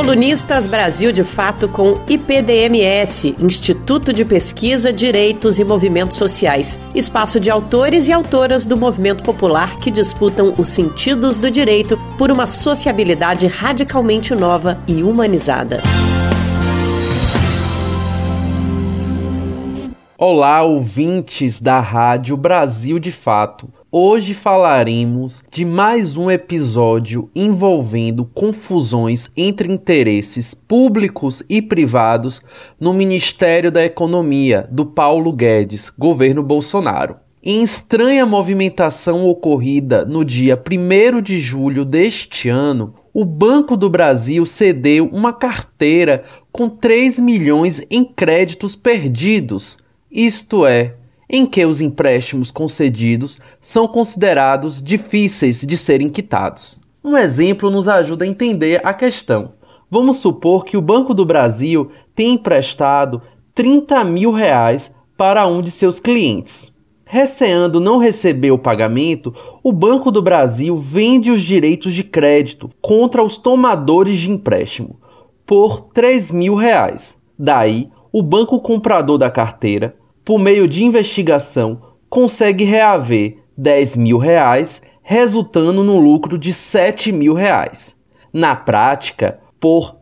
Colunistas Brasil de Fato com IPDMS, Instituto de Pesquisa, Direitos e Movimentos Sociais, espaço de autores e autoras do movimento popular que disputam os sentidos do direito por uma sociabilidade radicalmente nova e humanizada. Olá, ouvintes da Rádio Brasil de Fato. Hoje falaremos de mais um episódio envolvendo confusões entre interesses públicos e privados no Ministério da Economia do Paulo Guedes, governo Bolsonaro. Em estranha movimentação ocorrida no dia 1º de julho deste ano, o Banco do Brasil cedeu uma carteira com 3 milhões em créditos perdidos. Isto é, em que os empréstimos concedidos são considerados difíceis de serem quitados. Um exemplo nos ajuda a entender a questão. Vamos supor que o Banco do Brasil tenha emprestado R$30 mil para um de seus clientes. Receando não receber o pagamento, o Banco do Brasil vende os direitos de crédito contra os tomadores de empréstimo por R$3 mil. Daí, o banco comprador da carteira, por meio de investigação, consegue reaver R$10 mil, resultando no lucro de R$7 mil. Na prática, por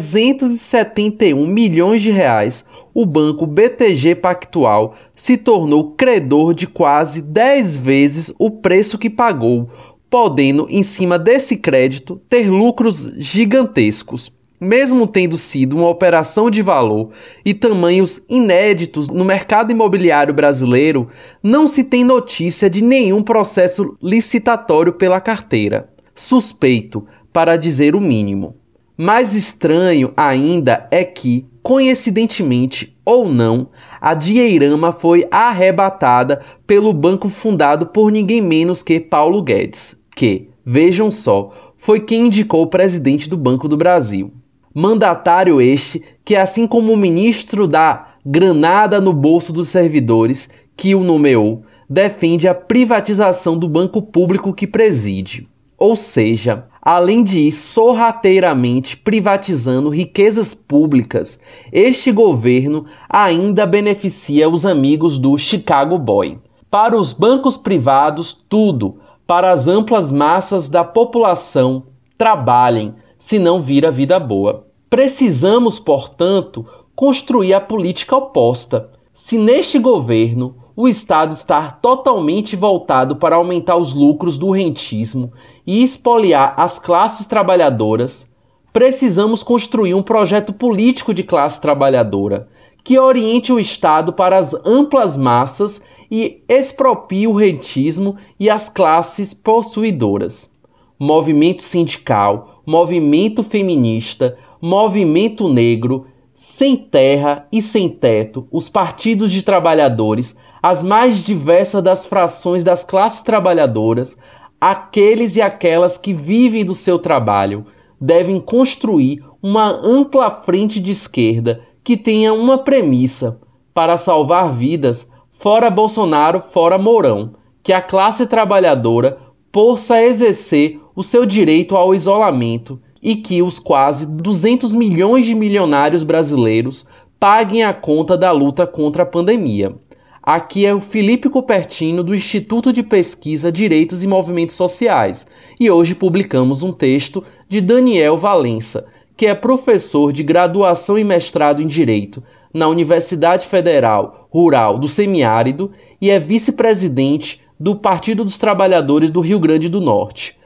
R$371 milhões, o banco BTG Pactual se tornou credor de quase 10 vezes o preço que pagou, podendo, em cima desse crédito, ter lucros gigantescos. Mesmo tendo sido uma operação de valor e tamanhos inéditos no mercado imobiliário brasileiro, não se tem notícia de nenhum processo licitatório pela carteira. Suspeito, para dizer o mínimo. Mais estranho ainda é que, coincidentemente ou não, a dinheirama foi arrebatada pelo banco fundado por ninguém menos que Paulo Guedes, que, vejam só, foi quem indicou o presidente do Banco do Brasil. Mandatário este que, assim como o ministro da granada no bolso dos servidores que o nomeou, defende a privatização do banco público que preside. Ou seja, além de ir sorrateiramente privatizando riquezas públicas, este governo ainda beneficia os amigos do Chicago Boy. Para os bancos privados, tudo, para as amplas massas da população, trabalhem, senão vira vida boa. Precisamos, portanto, construir a política oposta. Se neste governo o Estado está totalmente voltado para aumentar os lucros do rentismo e espoliar as classes trabalhadoras, precisamos construir um projeto político de classe trabalhadora que oriente o Estado para as amplas massas e exproprie o rentismo e as classes possuidoras. Movimento sindical, movimento feminista, movimento negro, sem terra e sem teto, os partidos de trabalhadores, as mais diversas das frações das classes trabalhadoras, aqueles e aquelas que vivem do seu trabalho, devem construir uma ampla frente de esquerda que tenha uma premissa para salvar vidas, fora Bolsonaro, fora Mourão, que a classe trabalhadora possa exercer o seu direito ao isolamento e que os quase 200 milhões de milionários brasileiros paguem a conta da luta contra a pandemia. Aqui é o Felipe Cupertino, do Instituto de Pesquisa, Direitos e Movimentos Sociais, e hoje publicamos um texto de Daniel Valença, que é professor de graduação e mestrado em Direito na Universidade Federal Rural do Semiárido e é vice-presidente do Partido dos Trabalhadores do Rio Grande do Norte.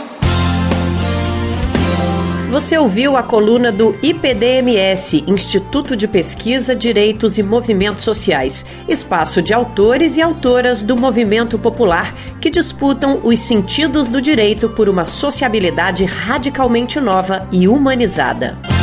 Você ouviu a coluna do IPDMS, Instituto de Pesquisa, Direitos e Movimentos Sociais, espaço de autores e autoras do movimento popular que disputam os sentidos do direito por uma sociabilidade radicalmente nova e humanizada.